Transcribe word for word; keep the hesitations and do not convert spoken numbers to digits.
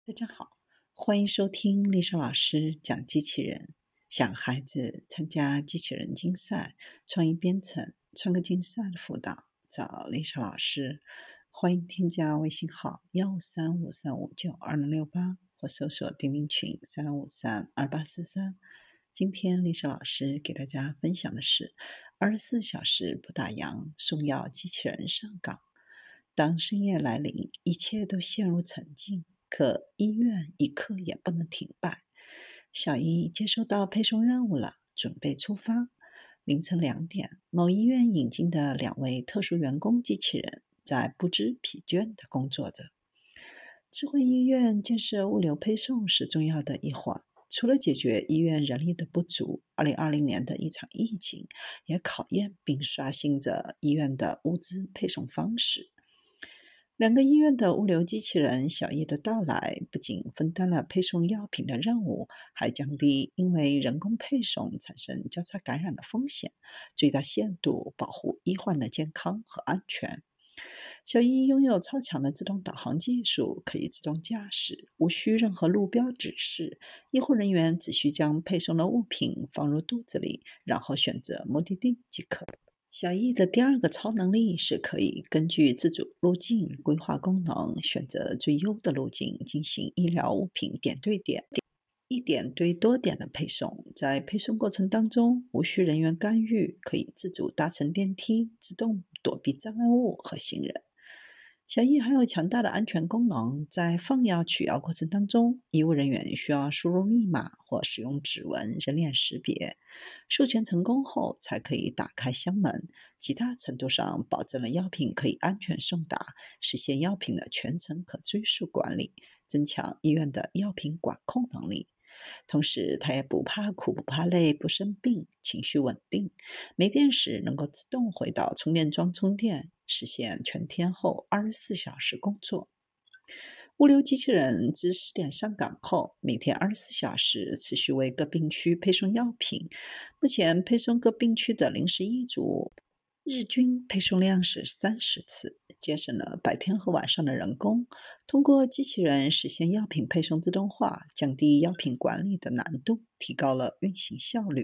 大家好，欢迎收听丽莎老师讲机器人。想孩子参加机器人竞赛、创意编程、创客竞赛的辅导，找丽莎老师。欢迎添加微信号幺三五三五九二零六八或搜索钉钉群三五三二八四三。今天丽莎老师给大家分享的是二十四小时不打烊，送药机器人上岗。当深夜来临，一切都陷入沉静，可医院一刻也不能停摆。小易接收到配送任务了，准备出发。凌晨两点，某医院引进的两位特殊员工机器人在不知疲倦地工作着。智慧医院建设物流配送是重要的一环，除了解决医院人力的不足，二零二零年的一场疫情也考验并刷新着医院的物资配送方式。两个医院的物流机器人小易的到来，不仅分担了配送药品的任务，还降低因为人工配送产生交叉感染的风险，最大限度保护医患的健康和安全。小易拥有超强的自动导航技术，可以自动驾驶，无需任何路标指示，医护人员只需将配送的物品放入肚子里，然后选择目的地即可。小易的第二个超能力是可以根据自主路径规划功能，选择最优的路径进行医疗物品点对点、一点对多点的配送。在配送过程当中，无需人员干预，可以自主搭乘电梯，自动躲避障碍物和行人。小易还有强大的安全功能，在放药取药过程当中，医务人员需要输入密码或使用指纹人脸识别，授权成功后才可以打开箱门，极大程度上保证了药品可以安全送达，实现药品的全程可追溯管理，增强医院的药品管控能力。同时他也不怕苦不怕累，不生病，情绪稳定，没电时能够自动回到充电桩充电，实现全天候二十四小时工作。物流机器人自十点上岗后，每天二十四小时持续为各病区配送药品。目前配送各病区的临时医嘱日均配送量是三十次，节省了白天和晚上的人工。通过机器人实现药品配送自动化，降低药品管理的难度，提高了运行效率。